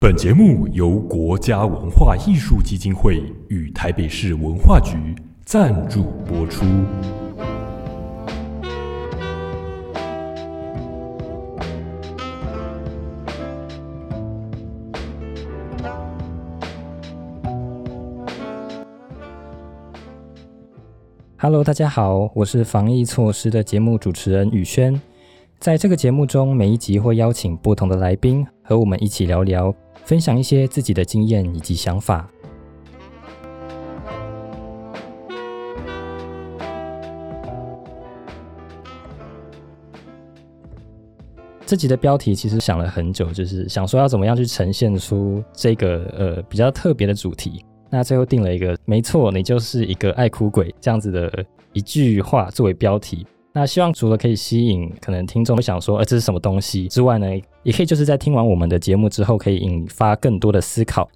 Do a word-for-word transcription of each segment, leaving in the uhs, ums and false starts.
本节目由国家文化艺术基金会与台北市文化局赞助播出。 Hello， 大家好，我是防疫措施的节目主持人宇轩。在这个节目中，每一集会邀请不同的来宾和我们一起聊聊，分享一些自己的经验以及想法。这集的标题其实想了很久，就是想说要怎么样去呈现出这个呃比较特别的主题。那最后定了一个，没错，你就是一个爱哭鬼这样子的一句话作为标题。那希望除了可以吸引可能听众会想说，呃，这是什么东西之外呢，也可以就是在听完我们的节目之后，可以引发更多的思考。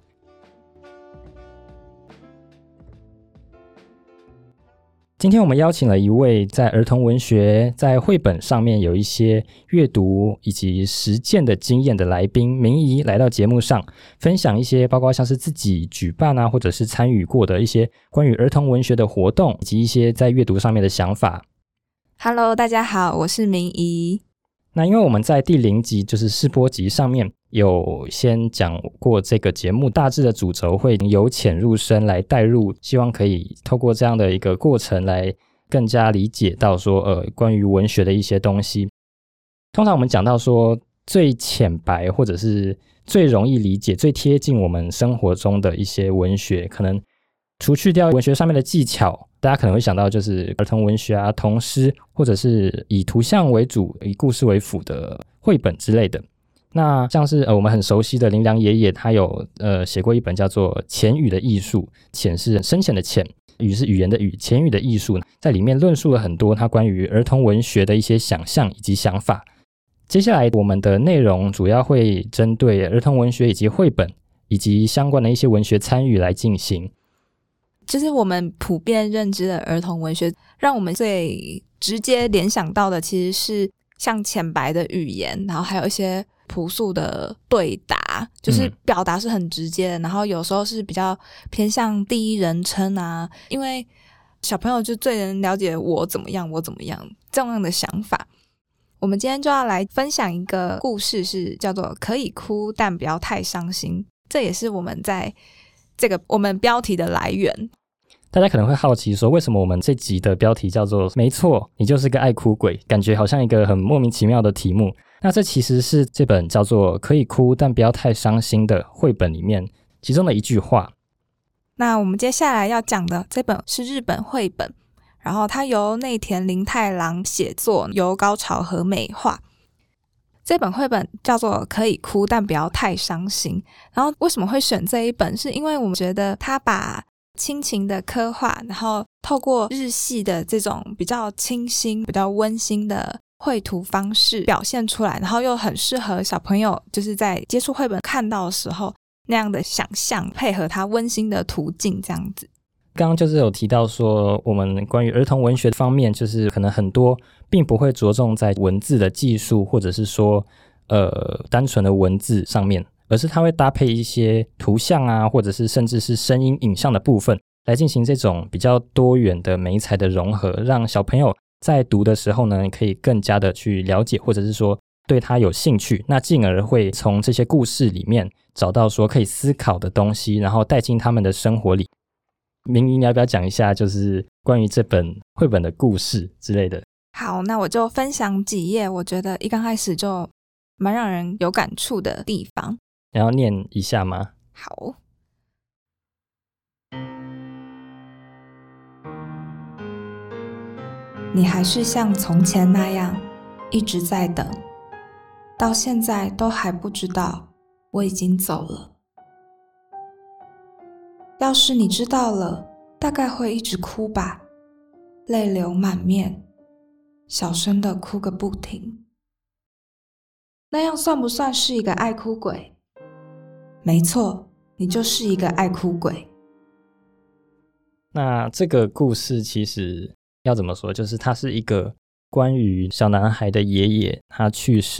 今天我们邀请了一位在儿童文学、在绘本上面有一些阅读以及实践的经验的来宾明仪来到节目上，分享一些包括像是自己举办啊，或者是参与过的一些关于儿童文学的活动，以及一些在阅读上面的想法。 Hello， 大家好，我是明仪。 那因为我们在第零集就是试播集上面有先讲过这个节目大致的主轴会由浅入深来带入，希望可以透过这样的一个过程来更加理解到说呃关于文学的一些东西。通常我们讲到说最浅白或者是最容易理解最贴近我们生活中的一些文学，可能除去掉文学上面的技巧，大家可能会想到就是儿童文学啊、童诗，或者是以图像为主、以故事为辅的绘本之类的。那像是呃我们很熟悉的林良爷爷，他有呃写过一本叫做《浅语的艺术》，浅是深浅的浅，语是语言的语，浅语的艺术，在里面论述了很多他关于儿童文学的一些想象以及想法。接下来我们的内容主要会针对儿童文学以及绘本以及相关的一些文学参与来进行。 就是我们普遍认知的儿童文学，让我们最直接联想到的其实是像浅白的语言，然后还有一些朴素的对答，就是表达是很直接的、嗯、然后有时候是比较偏向第一人称啊，因为小朋友就最能了解我怎么样我怎么样这样的想法。我们今天就要来分享一个故事，是叫做可以哭但不要太伤心，这也是我们在这个我们标题的来源。 大家可能会好奇说，为什么我们这集的标题叫做没错，你就是个爱哭鬼，感觉好像一个很莫名其妙的题目。那这其实是这本叫做可以哭但不要太伤心的绘本里面其中的一句话。 那我们接下来要讲的这本是日本绘本，然后它由内田林太郎写作，由高潮和美画。这本绘本叫做可以哭但不要太伤心，然后为什么会选这一本，是因为我们觉得它把亲情的刻画，然后透过日系的这种比较清新比较温馨的绘图方式表现出来，然后又很适合小朋友就是在接触绘本看到的时候那样的想象，配合它温馨的途径这样子。 刚刚就是有提到说我们关于儿童文学方面，就是可能很多并不会着重在文字的技术，或者是说呃单纯的文字上面，而是它会搭配一些图像啊，或者是甚至是声音影像的部分来进行这种比较多元的媒材的融合，让小朋友在读的时候呢可以更加的去了解，或者是说对他有兴趣，那进而会从这些故事里面找到说可以思考的东西，然后带进他们的生活里。明仪，你要不要讲一下就是关于这本绘本的故事之类的？ 好，那我就分享几页我觉得一刚开始就蛮让人有感触的地方。 你要念一下吗？ 好。你还是像从前那样一直在等，到现在都还不知道我已经走了。要是你知道了，大概会一直哭吧，泪流满面，小声的哭个不停。那样算不算是一个爱哭鬼？没错，你就是一个爱哭鬼。 那这个故事其实要怎么说，就是它是一个关于小男孩的爷爷他去世了，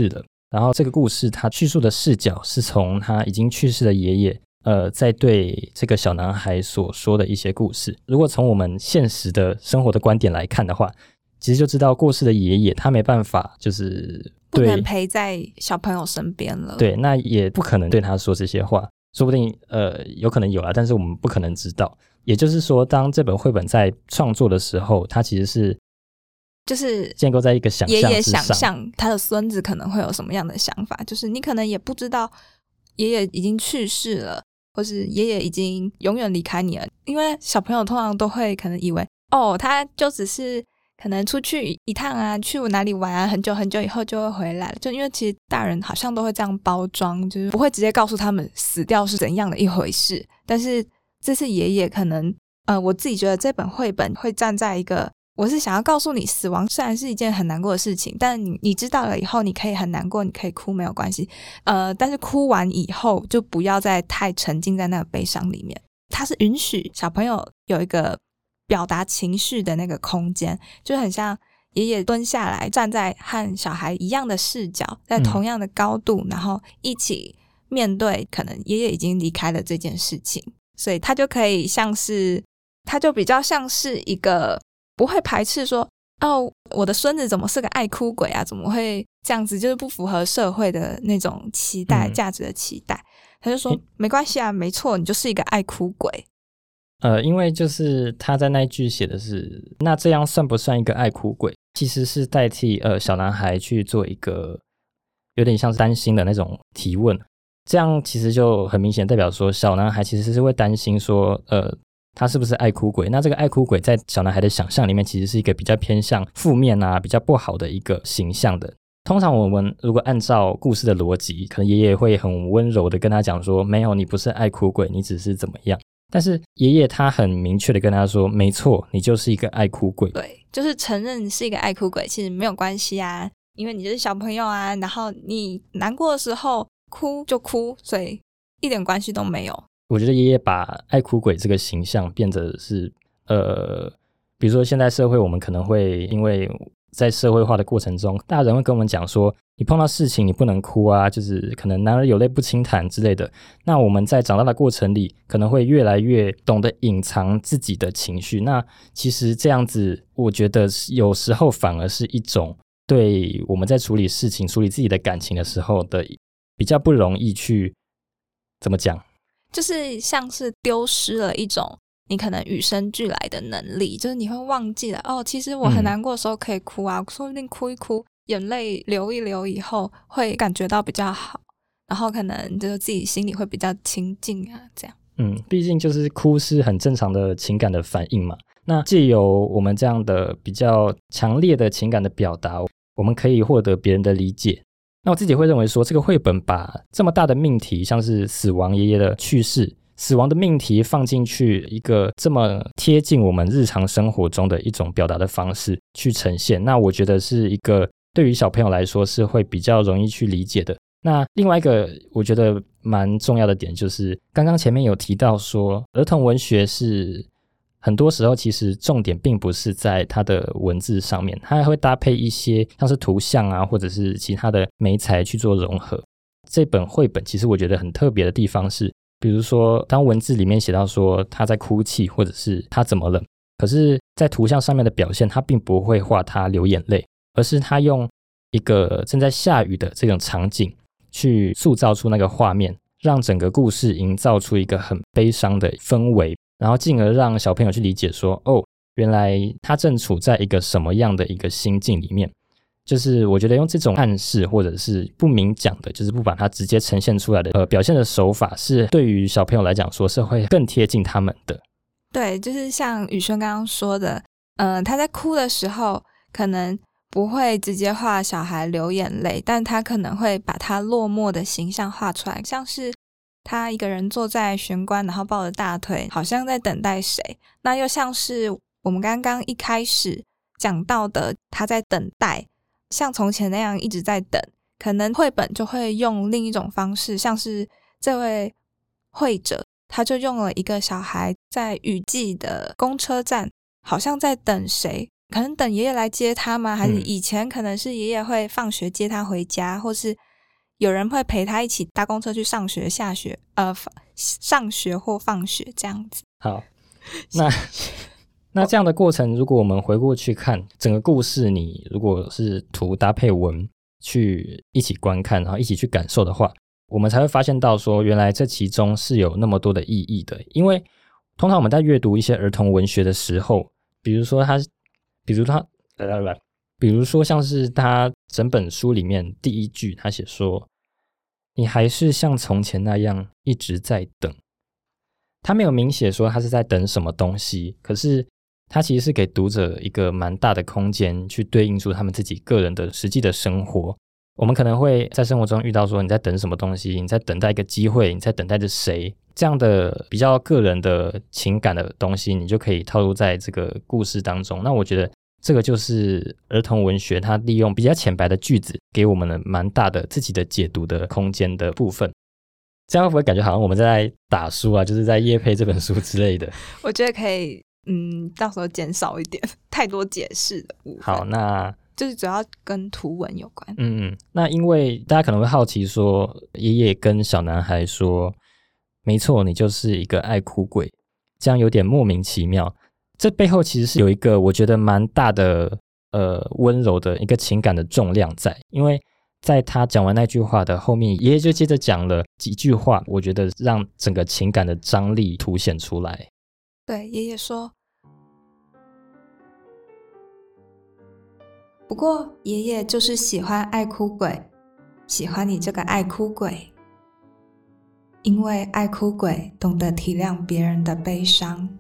然后这个故事他叙述的视角是从他已经去世的爷爷呃，在对这个小男孩所说的一些故事。如果从我们现实的生活的观点来看的话，其实就知道过世的爷爷他没办法就是不能陪在小朋友身边了， 对，那也不可能对他说这些话，说不定呃有可能有啦，但是我们不可能知道。也就是说，当这本绘本在创作的时候，它其实是就是建构在一个想象之上， 爷爷想象他的孙子可能会有什么样的想法，就是你可能也不知道爷爷已经去世了，或是爷爷已经永远离开你了。因为小朋友通常都会可能以为哦，他就只是可能出去一趟啊，去哪里玩啊，很久很久以后就会回来了。就因为其实大人好像都会这样包装，就是不会直接告诉他们死掉是怎样的一回事。但是这次爷爷可能呃，我自己觉得这本绘本会站在一个，我是想要告诉你，死亡虽然是一件很难过的事情，但你你知道了以后，你可以很难过，你可以哭，没有关系。呃，但是哭完以后，就不要再太沉浸在那个悲伤里面。它是允许小朋友有一个表达情绪的那个空间，就很像爷爷蹲下来，站在和小孩一样的视角，在同样的高度，嗯、然后一起面对可能爷爷已经离开了这件事情，所以他就可以像是，他就比较像是一个。不会排斥说哦，我的孙子怎么是个爱哭鬼啊，怎么会这样子，就是不符合社会的那种期待、嗯、价值的期待。他就说、嗯、没关系啊，没错，你就是一个爱哭鬼。 呃，因为就是他在那一句写的是，那这样算不算一个爱哭鬼，其实是代替呃小男孩去做一个有点像是担心的那种提问。这样其实就很明显代表说小男孩其实是会担心说呃他是不是爱哭鬼？那这个爱哭鬼在小男孩的想象里面其实是一个比较偏向负面啊，比较不好的一个形象的。通常我们如果按照故事的逻辑，可能爷爷会很温柔的跟他讲说，没有，你不是爱哭鬼，你只是怎么样。但是爷爷他很明确的跟他说，没错，你就是一个爱哭鬼。 对，就是承认是一个爱哭鬼其实没有关系啊，因为你就是小朋友啊，然后你难过的时候哭就哭，所以一点关系都没有。 我觉得爷爷把爱哭鬼这个形象变得是呃，比如说现在社会我们可能会因为在社会化的过程中，大人会跟我们讲说你碰到事情你不能哭啊，就是可能男儿有泪不轻弹之类的。那我们在长大的过程里可能会越来越懂得隐藏自己的情绪，那其实这样子我觉得有时候反而是一种对我们在处理事情处理自己的感情的时候的比较不容易去怎么讲， 就是像是丢失了一种你可能与生俱来的能力，就是你会忘记了哦，其实我很难过的时候可以哭啊、嗯、说不定哭一哭眼泪流一流以后会感觉到比较好，然后可能就是自己心里会比较清静啊这样。 嗯，毕竟就是哭是很正常的情感的反应嘛，那藉由我们这样的比较强烈的情感的表达，我们可以获得别人的理解。那我自己会认为说，这个绘本把这么大的命题，像是死亡爷爷的去世，死亡的命题放进去一个这么贴近我们日常生活中的一种表达的方式去呈现，那我觉得是一个对于小朋友来说是会比较容易去理解的。那另外一个我觉得蛮重要的点就是刚刚前面有提到说儿童文学是很多时候其实重点并不是在它的文字上面，它还会搭配一些像是图像啊或者是其他的媒材去做融合。这本绘本其实我觉得很特别的地方是，比如说当文字里面写到说他在哭泣或者是他怎么了，可是在图像上面的表现他并不会画他流眼泪，而是他用一个正在下雨的这种场景去塑造出那个画面，让整个故事营造出一个很悲伤的氛围，然后进而让小朋友去理解说，哦，原来他正处在一个什么样的一个心境里面。就是我觉得用这种暗示或者是不明讲的，就是不把它直接呈现出来的呃表现的手法，是对于小朋友来讲说是会更贴近他们的。 对，就是像宇轩刚刚说的，呃，他在哭的时候可能不会直接画小孩流眼泪，但他可能会把他落寞的形象画出来，像是他一个人坐在玄关，然后抱着大腿，好像在等待谁。那又像是我们刚刚一开始讲到的，他在等待，像从前那样一直在等。可能绘本就会用另一种方式，像是这位绘者他就用了一个小孩在雨季的公车站，好像在等谁，可能等爷爷来接他吗？还是以前可能是爷爷会放学接他回家，或是有人会陪他一起搭公车去上学、下学，呃，上学或放学这样子。 好，那那这样的过程，如果我们回过去看整个故事，你如果是图搭配文去一起观看，然后一起去感受的话，我们才会发现到说，原来这其中是有那么多的意义的。因为通常我们在阅读一些儿童文学的时候，比如说他，比如他，来来来，比如说像是他整本书里面第一句，他写说：“你还是像从前那样一直在等。”他没有明写说他是在等什么东西，可是他其实是给读者一个蛮大的空间去对应出他们自己个人的实际的生活。我们可能会在生活中遇到说你在等什么东西，你在等待一个机会，你在等待着谁，这样的比较个人的情感的东西，你就可以套入在这个故事当中。那我觉得这个就是儿童文学它利用比较浅白的句子给我们了蛮大的自己的解读的空间的部分。这样会不会感觉好像我们在打书啊，就是在业配这本书之类的？ 我觉得可以，嗯，到时候减少一点太多解释的部分。 好，那就是主要跟图文有关。 嗯嗯，那因为大家可能会好奇说，爷爷跟小男孩说，没错，你就是一个爱哭鬼，这样有点莫名其妙。这背后其实是有一个我觉得蛮大的呃温柔的一个情感的重量在，因为在他讲完那句话的后面，爷爷就接着讲了几句话，我觉得让整个情感的张力凸显出来。 对，爷爷说，不过爷爷就是喜欢爱哭鬼，喜欢你这个爱哭鬼，因为爱哭鬼懂得体谅别人的悲伤。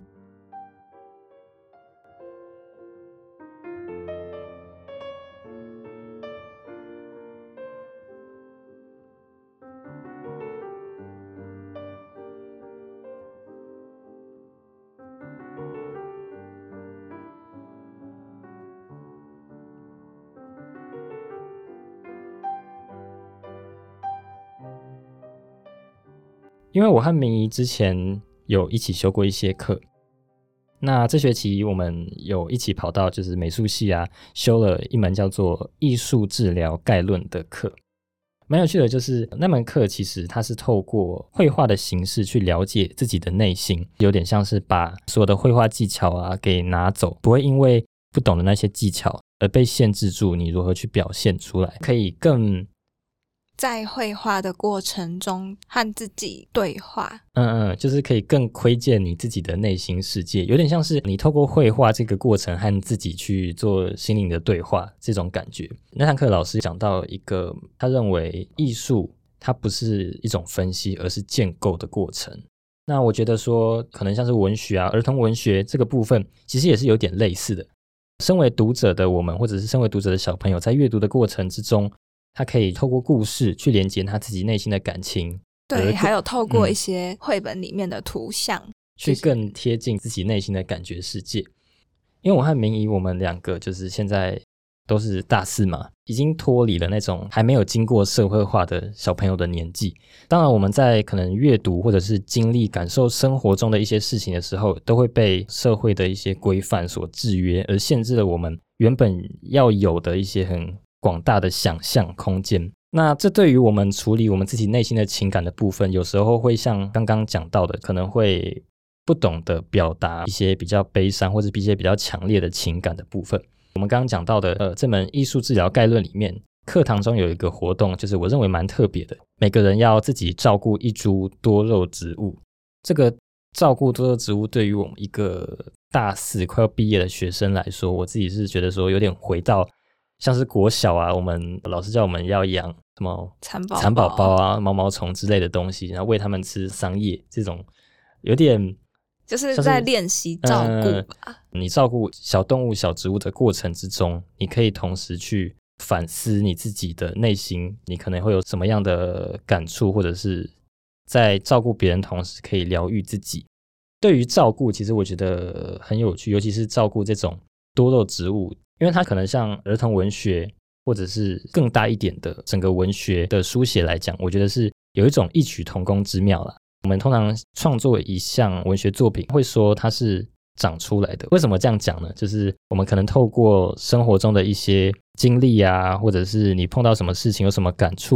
因为我和明仪之前有一起修过一些课，那这学期我们有一起跑到就是美术系啊，修了一门叫做艺术治疗概论的课。蛮有趣的，就是那门课其实它是透过绘画的形式去了解自己的内心，有点像是把所有的绘画技巧啊给拿走，不会因为不懂的那些技巧而被限制住你如何去表现出来，可以更在绘画的过程中和自己对话。 嗯嗯，就是可以更窥见你自己的内心世界，有点像是你透过绘画这个过程和自己去做心灵的对话，这种感觉。那堂课老师讲到一个，他认为艺术它不是一种分析，而是建构的过程。那我觉得说可能像是文学啊，儿童文学这个部分其实也是有点类似的。身为读者的我们，或者是身为读者的小朋友，在阅读的过程之中，他可以透过故事去连接他自己内心的感情， 对，还有透过一些绘本里面的图像、嗯、 去更贴近自己内心的感觉世界。因为我和明仪我们两个就是现在都是大四嘛，已经脱离了那种还没有经过社会化的小朋友的年纪。当然我们在可能阅读或者是经历感受生活中的一些事情的时候，都会被社会的一些规范所制约，而限制了我们原本要有的一些很广大的想象空间。那这对于我们处理我们自己内心的情感的部分，有时候会像刚刚讲到的，可能会不懂得表达一些比较悲伤或者一些比较强烈的情感的部分。我们刚刚讲到的呃，这门艺术治疗概论里面，课堂中有一个活动，就是我认为蛮特别的，每个人要自己照顾一株多肉植物。这个照顾多肉植物对于我们一个大四快要毕业的学生来说，我自己是觉得说有点回到像是国小啊，我们老师叫我们要养什么蚕宝宝蚕宝宝啊、毛毛虫之类的东西，然后喂他们吃桑叶，这种有点就是在练习照顾吧、呃、 你照顾小动物小植物的过程之中，你可以同时去反思你自己的内心，你可能会有什么样的感触，或者是在照顾别人同时可以疗愈自己。对于照顾其实我觉得很有趣，尤其是照顾这种多肉植物，因为它可能像儿童文学或者是更大一点的整个文学的书写来讲，我觉得是有一种异曲同工之妙啦。我们通常创作一项文学作品会说它是长出来的，为什么这样讲呢？就是我们可能透过生活中的一些经历啊，或者是你碰到什么事情有什么感触，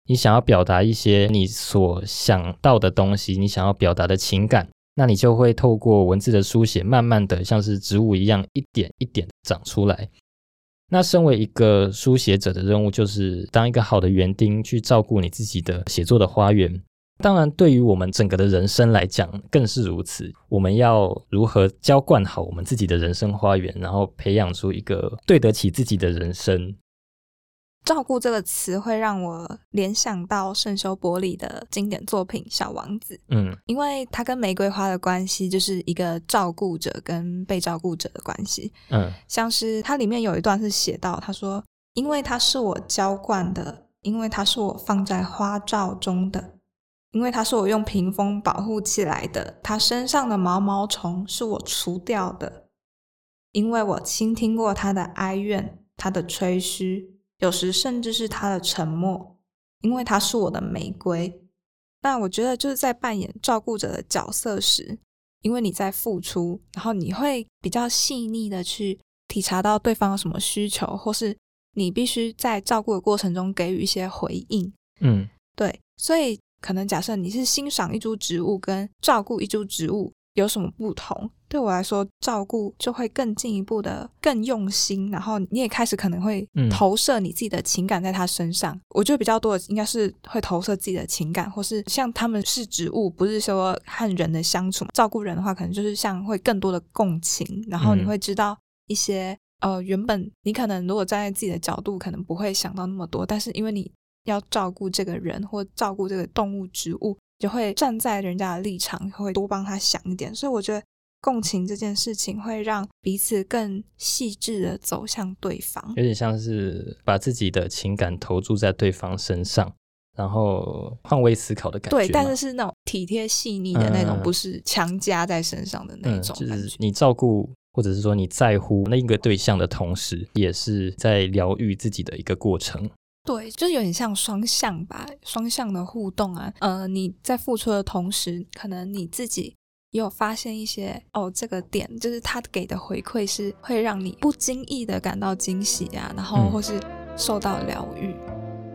你想要表达一些你所想到的东西，你想要表达的情感，那你就会透过文字的书写，慢慢的像是植物一样，一点一点长出来。那身为一个书写者的任务，就是当一个好的园丁，去照顾你自己的写作的花园。当然对于我们整个的人生来讲更是如此，我们要如何浇灌好我们自己的人生花园，然后培养出一个对得起自己的人生。 照顾这个词会让我联想到圣修伯里的经典作品《小王子》， 嗯， 因为它跟玫瑰花的关系就是一个照顾者跟被照顾者的关系。 嗯， 像是它里面有一段是写到，他说：“因为它是我浇灌的，因为它是我放在花罩中的，因为它是我用屏风保护起来的，它身上的毛毛虫是我除掉的，因为我倾听过它的哀怨，它的吹嘘。”有时甚至是他的沉默，因为他是我的玫瑰。那我觉得就是在扮演照顾者的角色时，因为你在付出，然后你会比较细腻的去体察到对方有什么需求，或是你必须在照顾的过程中给予一些回应。 嗯， 对，所以可能假设你是欣赏一株植物跟照顾一株植物有什么不同，对我来说照顾就会更进一步的更用心，然后你也开始可能会投射你自己的情感在他身上、嗯、我觉得比较多的应该是会投射自己的情感，或是像他们是植物，不是说和人的相处，照顾人的话可能就是像会更多的共情，然后你会知道一些、嗯、呃，原本你可能如果站在自己的角度可能不会想到那么多，但是因为你要照顾这个人或照顾这个动物植物，就会站在人家的立场，会多帮他想一点。所以我觉得共情这件事情会让彼此更细致的走向对方， 有点像是把自己的情感投注在对方身上，然后换位思考的感觉。 对，但是是那种体贴细腻的那种、嗯、不是强加在身上的那种感觉、 嗯、就是你照顾或者是说你在乎那个对象的同时，也是在疗愈自己的一个过程。 对，就是有点像双向吧，双向的互动啊。呃，你在付出的同时，可能你自己也有发现一些哦，这个点就是他给的回馈是会让你不经意的感到惊喜啊，然后或是受到疗愈。嗯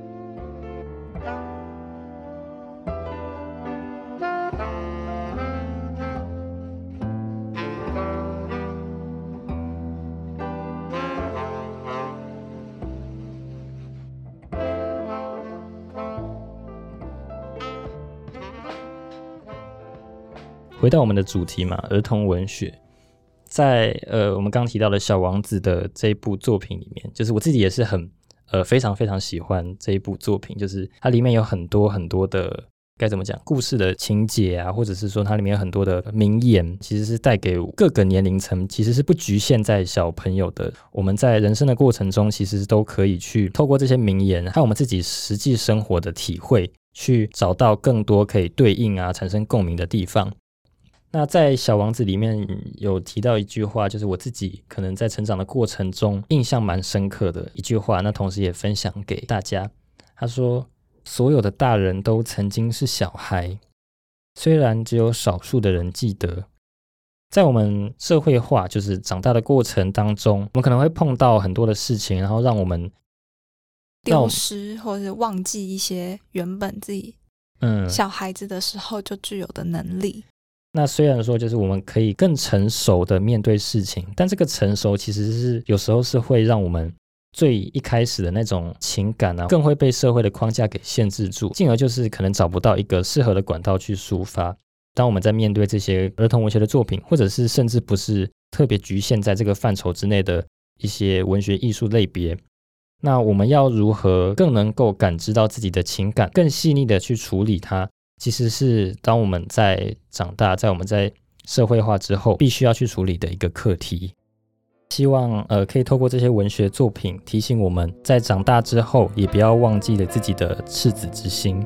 回到我们的主题嘛，儿童文学，在呃我们刚刚提到的小王子的这一部作品里面，就是我自己也是很呃非常非常喜欢这一部作品，就是它里面有很多很多的该怎么讲故事的情节啊，或者是说它里面有很多的名言，其实是带给各个年龄层，其实是不局限在小朋友的。我们在人生的过程中，其实都可以去透过这些名言和我们自己实际生活的体会，去找到更多可以对应啊产生共鸣的地方。那在小王子里面有提到一句话，就是我自己可能在成长的过程中印象蛮深刻的一句话，那同时也分享给大家。他说，所有的大人都曾经是小孩，虽然只有少数的人记得。在我们社会化就是长大的过程当中，我们可能会碰到很多的事情，然后让我们丢失或者忘记一些原本自己小孩子的时候就具有的能力。 那虽然说就是我们可以更成熟的面对事情，但这个成熟其实是有时候是会让我们最一开始的那种情感啊，更会被社会的框架给限制住，进而就是可能找不到一个适合的管道去抒发。当我们在面对这些儿童文学的作品，或者是甚至不是特别局限在这个范畴之内的一些文学艺术类别，那我们要如何更能够感知到自己的情感，更细腻的去处理它，其实是当我们在长大，在我们在社会化之后必须要去处理的一个课题。希望呃可以透过这些文学作品提醒我们，在长大之后也不要忘记了自己的赤子之心。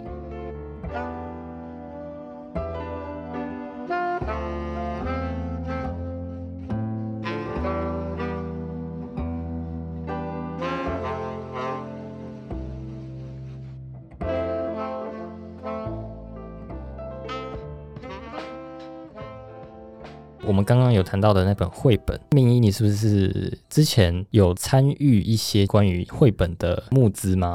我们刚刚有谈到的那本绘本，明一你是不是之前有参与一些关于绘本的募资吗？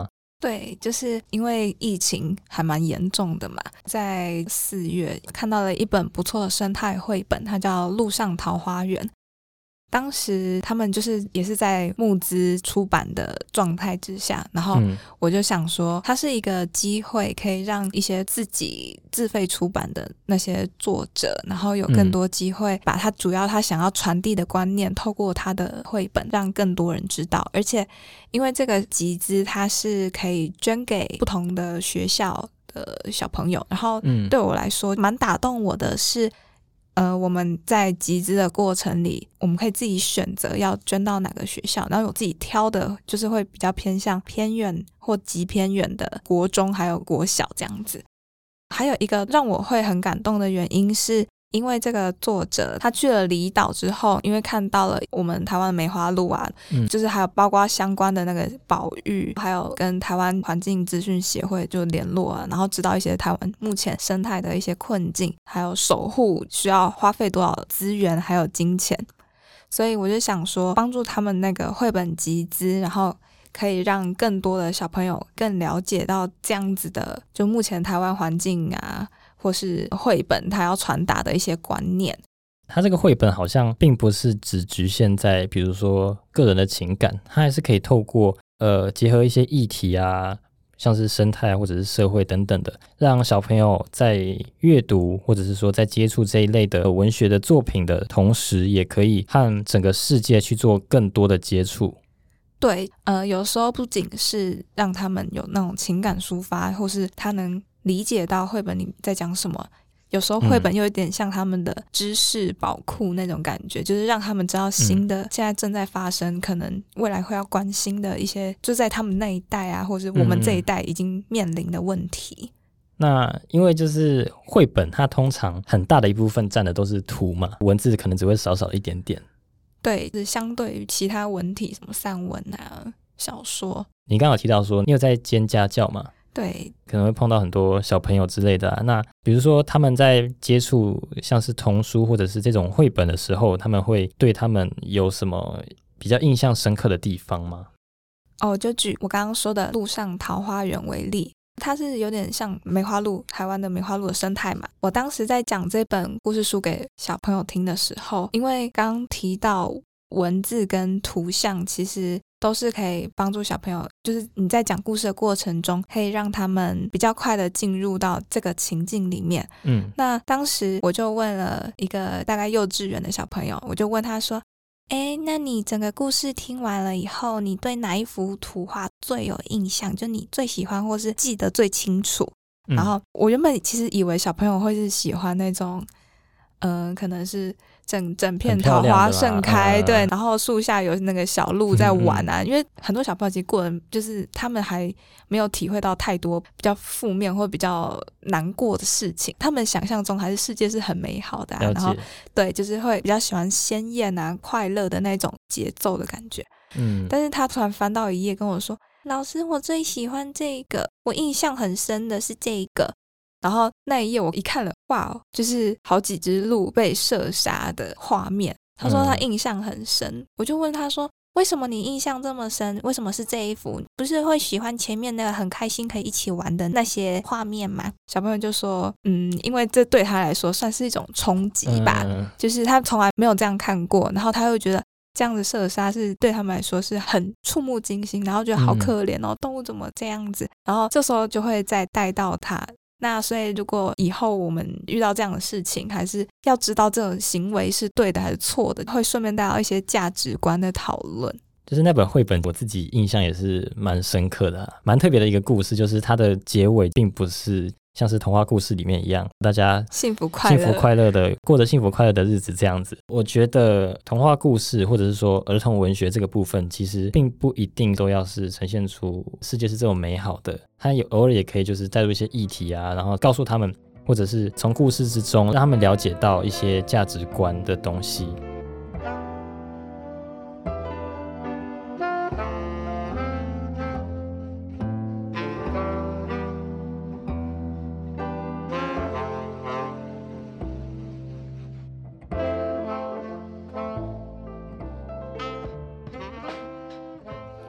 对，就是因为疫情还蛮严重的嘛，在四月看到了一本不错的生态绘本，它叫《路上桃花源》。当时他们就是也是在募资出版的状态之下，然后我就想说它是一个机会，可以让一些自己自费出版的那些作者，然后有更多机会把他主要他想要传递的观念透过他的绘本让更多人知道。而且因为这个集资它是可以捐给不同的学校的小朋友，然后对我来说蛮打动我的是呃，我们在集资的过程里，我们可以自己选择要捐到哪个学校，然后我自己挑的就是会比较偏向偏远或极偏远的国中还有国小这样子。还有一个让我会很感动的原因是因为这个作者他去了离岛之后，因为看到了我们台湾的梅花鹿啊、嗯、就是还有包括相关的那个保育，还有跟台湾环境资讯协会就联络啊，然后知道一些台湾目前生态的一些困境，还有守护需要花费多少资源还有金钱，所以我就想说帮助他们那个绘本集资，然后可以让更多的小朋友更了解到这样子的就目前台湾环境啊或是绘本它要传达的一些观念。 它这个绘本好像并不是只局限在比如说个人的情感，它还是可以透过呃结合一些议题啊，像是生态或者是社会等等的，让小朋友在阅读或者是说在接触这一类的文学的作品的同时，也可以和整个世界去做更多的接触。 对，呃，有时候不仅是让他们有那种情感抒发，或是他能理解到绘本里在讲什么，有时候绘本又有点像他们的知识宝库那种感觉、嗯、就是让他们知道新的、嗯、现在正在发生可能未来会要关心的一些就在他们那一代啊或者我们这一代已经面临的问题、嗯、 那因为就是绘本它通常很大的一部分占的都是图嘛，文字可能只会少少一点点。 对，是相对于其他文体什么散文啊小说。 你刚刚有提到说你有在兼家教嘛？ 对， 可能会碰到很多小朋友之类的啊。那比如说他们在接触像是童书或者是这种绘本的时候，他们会对他们有什么比较印象深刻的地方吗？ 哦，就举我刚刚说的路上桃花源为例，它是有点像梅花鹿，台湾的梅花鹿的生态嘛。我当时在讲这本故事书给小朋友听的时候，因为刚提到文字跟图像其实都是可以帮助小朋友，就是你在讲故事的过程中可以让他们比较快的进入到这个情境里面。嗯，那当时我就问了一个大概幼稚园的小朋友，我就问他说，诶，那你整个故事听完了以后，你对哪一幅图画最有印象，就你最喜欢或是记得最清楚、嗯、然后我原本其实以为小朋友会是喜欢那种嗯、呃，可能是整整片桃花盛开、嗯、对，然后树下有那个小鹿在玩啊、嗯嗯、因为很多小朋友其实过人就是他们还没有体会到太多比较负面或比较难过的事情，他们想象中还是世界是很美好的、啊、然后对，就是会比较喜欢鲜艳啊快乐的那种节奏的感觉。嗯，但是他突然翻到一页跟我说，老师我最喜欢这个，我印象很深的是这个，然后那一页我一看了，哇，就是好几只鹿被射杀的画面。他说他印象很深、嗯、我就问他说，为什么你印象这么深？为什么是这一幅？不是会喜欢前面那个很开心可以一起玩的那些画面吗？小朋友就说，嗯，因为这对他来说算是一种冲击吧、嗯、就是他从来没有这样看过，然后他又觉得这样的射杀是对他们来说是很触目惊心，然后觉得好可怜哦、嗯、动物怎么这样子，然后这时候就会再带到他。那所以如果以后我们遇到这样的事情，还是要知道这种行为是对的还是错的，会顺便带到一些价值观的讨论。 就是那本绘本我自己印象也是蛮深刻的、啊、蛮特别的一个故事，就是它的结尾并不是像是童话故事里面一样大家幸福快乐幸福快乐的过着幸福快乐的日子这样子。我觉得童话故事或者是说儿童文学这个部分其实并不一定都要是呈现出世界是这种美好的，它有偶尔也可以就是带入一些议题啊，然后告诉他们，或者是从故事之中让他们了解到一些价值观的东西。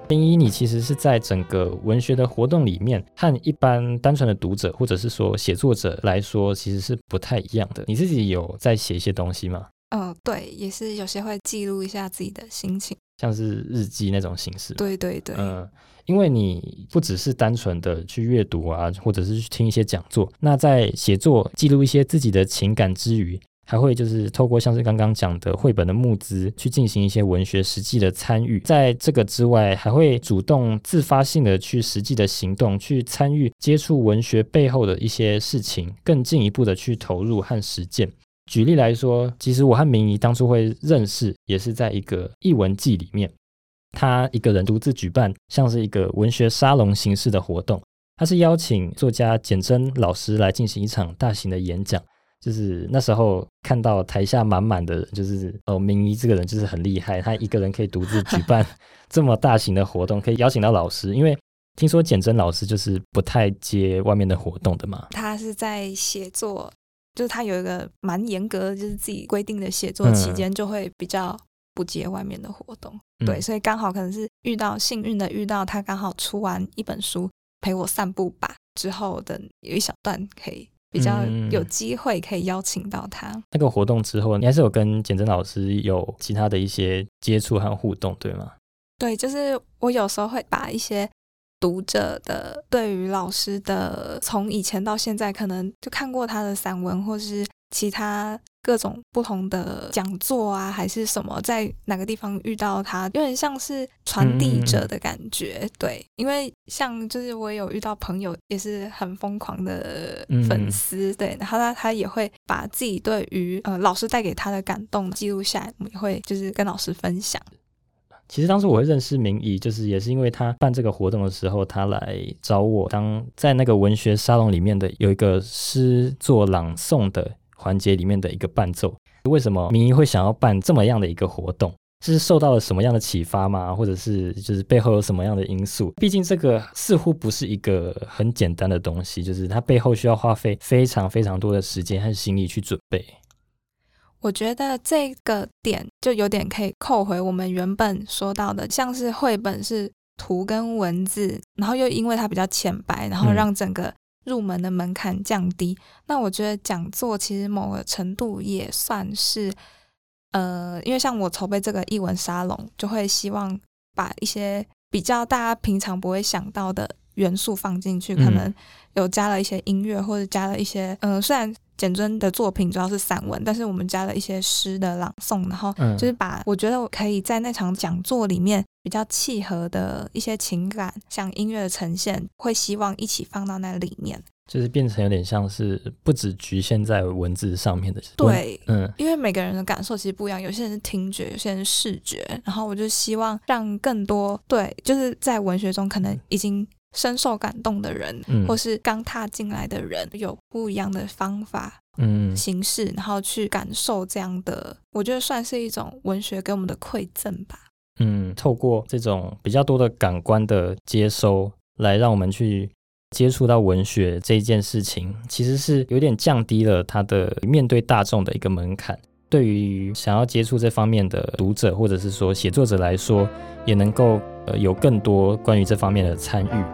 明仪你其实是在整个文学的活动里面，和一般单纯的读者或者是说写作者来说，其实是不太一样的。你自己有在写一些东西吗？ 嗯、呃，对，也是有些会记录一下自己的心情， 像是日记那种形式。 对对对， 嗯，因为你不只是单纯的去阅读啊，或者是去听一些讲座，那在写作记录一些自己的情感之余，还会就是透过像是刚刚讲的绘本的募资去进行一些文学实际的参与，在这个之外还会主动自发性的去实际的行动，去参与接触文学背后的一些事情，更进一步的去投入和实践。举例来说，其实我和明仪当初会认识也是在一个艺文季里面，他一个人独自举办像是一个文学沙龙形式的活动，他是邀请作家简真老师来进行一场大型的演讲。就是那时候看到台下满满的人，就是哦，明仪这个人就是很厉害，他一个人可以独自举办这么大型的活动，可以邀请到老师。因为听说简真老师就是不太接外面的活动的嘛， 他是在写作，就是他有一个蛮严格的，就是自己规定的写作期间，就会比较不接外面的活动。嗯、对，所以刚好可能是遇到幸运的遇到他刚好出完一本书陪我散步吧之后的有一小段可以比较有机会可以邀请到他、嗯、 那个活动之后你还是有跟简真老师有其他的一些接触和互动对吗？ 对，就是我有时候会把一些读者的对于老师的从以前到现在可能就看过他的散文或是其他各种不同的讲座啊还是什么，在哪个地方遇到他，有点像是传递者的感觉、嗯、对，因为像就是我有遇到朋友也是很疯狂的粉丝、嗯、对，然后他他也会把自己对于呃老师带给他的感动记录下来，我们也会就是跟老师分享。 其实当时我会认识明仪，就是也是因为他办这个活动的时候，他来找我当在那个文学沙龙里面的有一个诗作朗诵的环节里面的一个伴奏。为什么明仪会想要办这么样的一个活动？是受到了什么样的启发吗？或者是就是背后有什么样的因素？毕竟这个似乎不是一个很简单的东西，就是它背后需要花费非常非常多的时间和心力去准备。 我觉得这个点就有点可以扣回我们原本说到的，像是绘本是图跟文字，然后又因为它比较浅白，然后让整个入门的门槛降低、嗯、那我觉得讲座其实某个程度也算是呃，因为像我筹备这个艺文沙龙，就会希望把一些比较大家平常不会想到的元素放进去，可能有加了一些音乐，或者加了一些呃，虽然简真的作品主要是散文，但是我们加了一些诗的朗诵，然后就是把我觉得我可以在那场讲座里面比较契合的一些情感，像音乐的呈现，会希望一起放到那里面， 就是变成有点像是不只局限在文字上面的。 对，嗯，因为每个人的感受其实不一样，有些人是听觉，有些人是视觉，然后我就希望让更多对，就是在文学中可能已经深受感动的人、嗯、或是刚踏进来的人有不一样的方法、嗯、形式，然后去感受这样的，我觉得算是一种文学给我们的馈赠吧。 嗯，透过这种比较多的感官的接收来让我们去接触到文学这一件事情，其实是有点降低了它的面对大众的一个门槛，对于想要接触这方面的读者或者是说写作者来说，也能够、呃、有更多关于这方面的参与。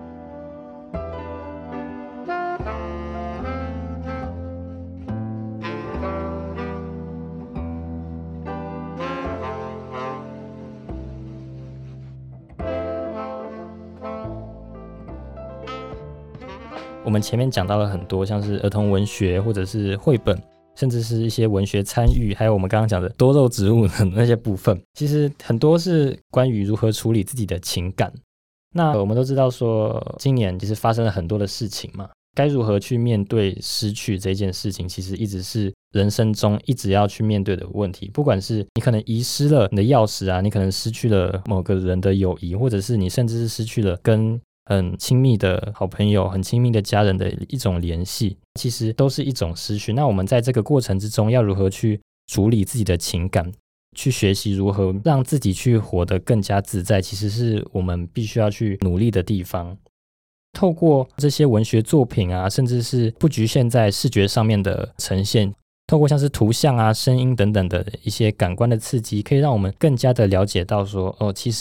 我们前面讲到了很多像是儿童文学或者是绘本，甚至是一些文学参与，还有我们刚刚讲的多肉植物的那些部分，其实很多是关于如何处理自己的情感。那我们都知道说今年其实发生了很多的事情嘛，该如何去面对失去这件事情，其实一直是人生中一直要去面对的问题。不管是你可能遗失了你的钥匙啊，你可能失去了某个人的友谊，或者是你甚至是失去了跟很亲密的好朋友、很亲密的家人的一种联系，其实都是一种失去。那我们在这个过程之中要如何去处理自己的情感，去学习如何让自己去活得更加自在，其实是我们必须要去努力的地方。透过这些文学作品啊，甚至是不局限在视觉上面的呈现，透过像是图像啊、声音等等的一些感官的刺激，可以让我们更加的了解到说，哦，其实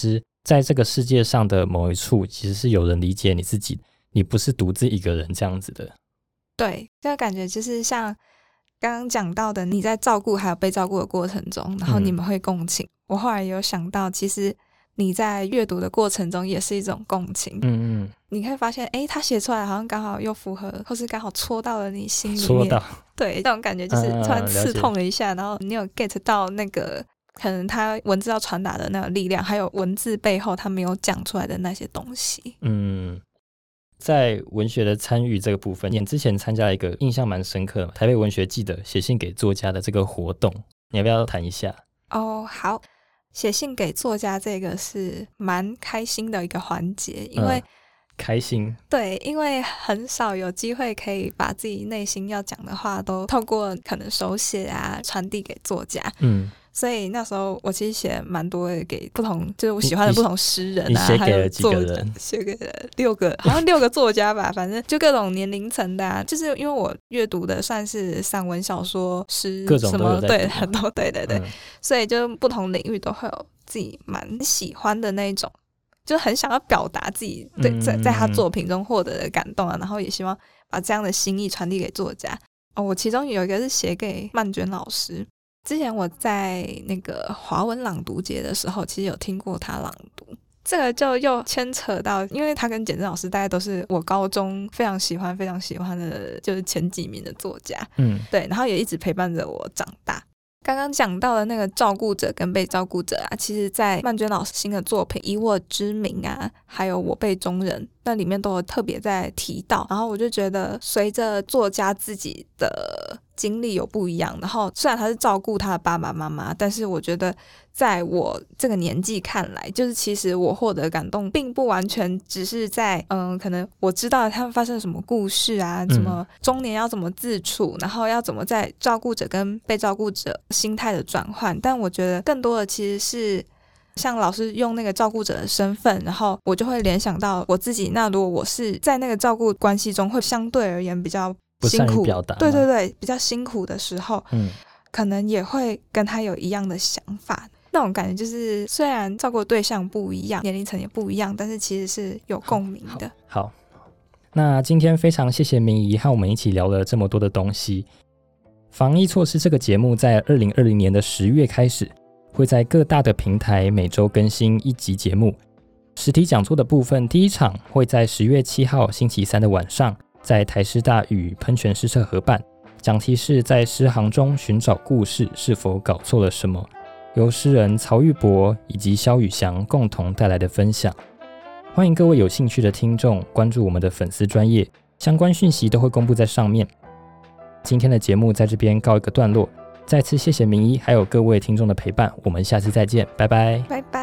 在这个世界上的某一处其实是有人理解你自己，你不是独自一个人这样子的。 对，这个感觉就是像刚刚讲到的，你在照顾还有被照顾的过程中，然后你们会共情、嗯、我后来有想到其实你在阅读的过程中也是一种共情。 嗯嗯， 你可以发现诶他写出来好像刚好又符合，或是刚好戳到了你心里面， 戳到， 对，这种感觉就是突然刺痛了一下、嗯、然后你有 get 到那个可能他文字要传达的那个力量，还有文字背后他没有讲出来的那些东西。 嗯，在文学的参与这个部分，你之前参加了一个印象蛮深刻的台北文学季的写信给作家的这个活动，你要不要谈一下？ 哦，好，写信给作家这个是蛮开心的一个环节，因为、嗯、 开心， 对，因为很少有机会可以把自己内心要讲的话都透过可能手写啊传递给作家。嗯，所以那时候我其实写蛮多的给不同，就是我喜欢的不同诗人啊， 你写给了几个人？ 写给了六个，好像六个作家吧，反正就各种年龄层的啊。就是因为我阅读的算是散文、小说、诗， 各种都有在读， 对，很多，对对对、嗯，所以就不同领域都会有自己蛮喜欢的那种，就很想要表达自己对在在他作品中获得的感动啊，然后也希望把这样的心意传递给作家。哦，我其中有一个是写给曼娟老师。之前我在那个华文朗读节的时候其实有听过他朗读，这个就又牵扯到，因为他跟简正老师大概都是我高中非常喜欢非常喜欢的就是前几名的作家。嗯，对，然后也一直陪伴着我长大。刚刚讲到的那个照顾者跟被照顾者啊，其实在曼娟老师新的作品以我之名啊还有我辈中人那里面都有特别在提到，然后我就觉得随着作家自己的经历有不一样，然后虽然他是照顾他的爸爸妈妈，但是我觉得在我这个年纪看来，就是其实我获得感动并不完全只是在嗯，可能我知道他们发生了什么故事啊，什么中年要怎么自处、嗯、然后要怎么在照顾者跟被照顾者心态的转换，但我觉得更多的其实是像老师用那个照顾者的身份，然后我就会联想到我自己，那如果我是在那个照顾关系中会相对而言比较辛苦， 表达， 对对对，比较辛苦的时候、嗯、可能也会跟他有一样的想法，那种感觉就是虽然照顾的对象不一样，年龄层也不一样，但是其实是有共鸣的。 好, 好, 好，那今天非常谢谢明仪和我们一起聊了这么多的东西。防疫措施这个节目在二零二零年的十月开始，会在各大的平台每周更新一集节目。实体讲座的部分，第一场会在十月七号星期三的晚上在台师大与喷泉诗社合办，讲题是在诗行中寻找故事，是否搞错了什么，由诗人曹玉博以及萧宇翔共同带来的分享。欢迎各位有兴趣的听众关注我们的粉丝专页，相关讯息都会公布在上面。今天的节目在这边告一个段落，再次谢谢明仪还有各位听众的陪伴，我们下次再见，拜拜， 拜拜。